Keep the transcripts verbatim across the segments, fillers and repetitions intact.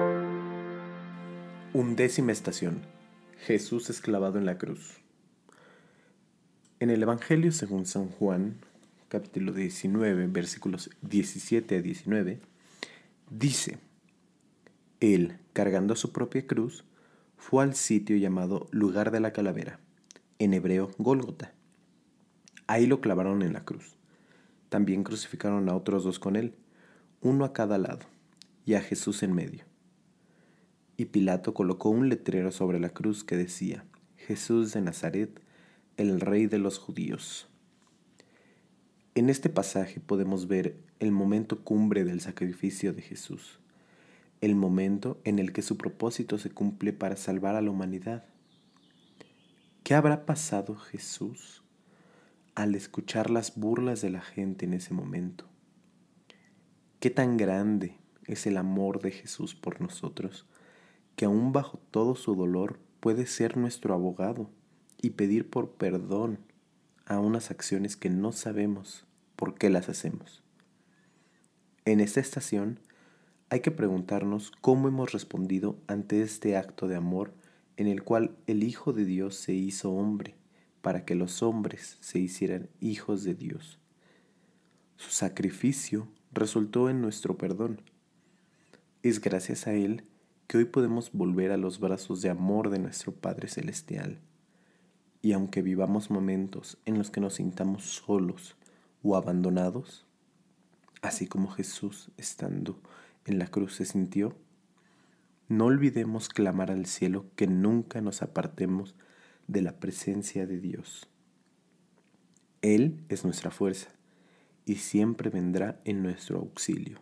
Undécima estación. Jesús es clavado en la cruz. En el Evangelio según San Juan, capítulo diecinueve, versículos diecisiete a diecinueve, dice: Él, cargando su propia cruz, fue al sitio llamado Lugar de la Calavera, en hebreo Gólgota. Ahí lo clavaron en la cruz. También crucificaron a otros dos con él, uno a cada lado, y a Jesús en medio. Y Pilato colocó un letrero sobre la cruz que decía: Jesús de Nazaret, el Rey de los Judíos. En este pasaje podemos ver el momento cumbre del sacrificio de Jesús, el momento en el que su propósito se cumple para salvar a la humanidad. ¿Qué habrá pasado Jesús al escuchar las burlas de la gente en ese momento? ¿Qué tan grande es el amor de Jesús por nosotros, que aún bajo todo su dolor puede ser nuestro abogado y pedir por perdón a unas acciones que no sabemos por qué las hacemos? En esta estación hay que preguntarnos cómo hemos respondido ante este acto de amor en el cual el Hijo de Dios se hizo hombre para que los hombres se hicieran hijos de Dios. Su sacrificio resultó en nuestro perdón. Es gracias a Él que hoy podemos volver a los brazos de amor de nuestro Padre Celestial. Y aunque vivamos momentos en los que nos sintamos solos o abandonados, así como Jesús estando en la cruz se sintió, no olvidemos clamar al cielo que nunca nos apartemos de la presencia de Dios. Él es nuestra fuerza y siempre vendrá en nuestro auxilio.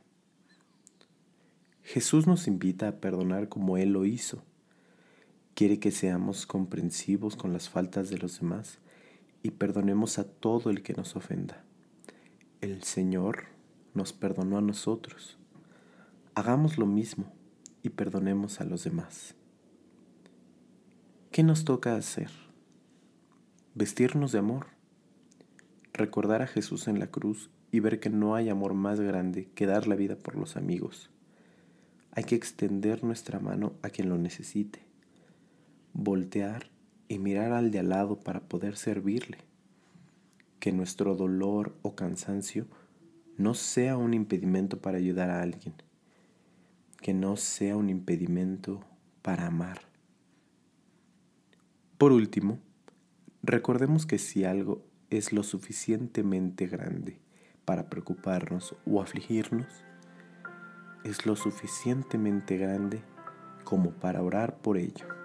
Jesús nos invita a perdonar como Él lo hizo. Quiere que seamos comprensivos con las faltas de los demás y perdonemos a todo el que nos ofenda. El Señor nos perdonó a nosotros. Hagamos lo mismo y perdonemos a los demás. ¿Qué nos toca hacer? Vestirnos de amor. Recordar a Jesús en la cruz y ver que no hay amor más grande que dar la vida por los amigos. Hay que extender nuestra mano a quien lo necesite. Voltear y mirar al de al lado para poder servirle. Que nuestro dolor o cansancio no sea un impedimento para ayudar a alguien. Que no sea un impedimento para amar. Por último, recordemos que si algo es lo suficientemente grande para preocuparnos o afligirnos, es lo suficientemente grande como para orar por ello.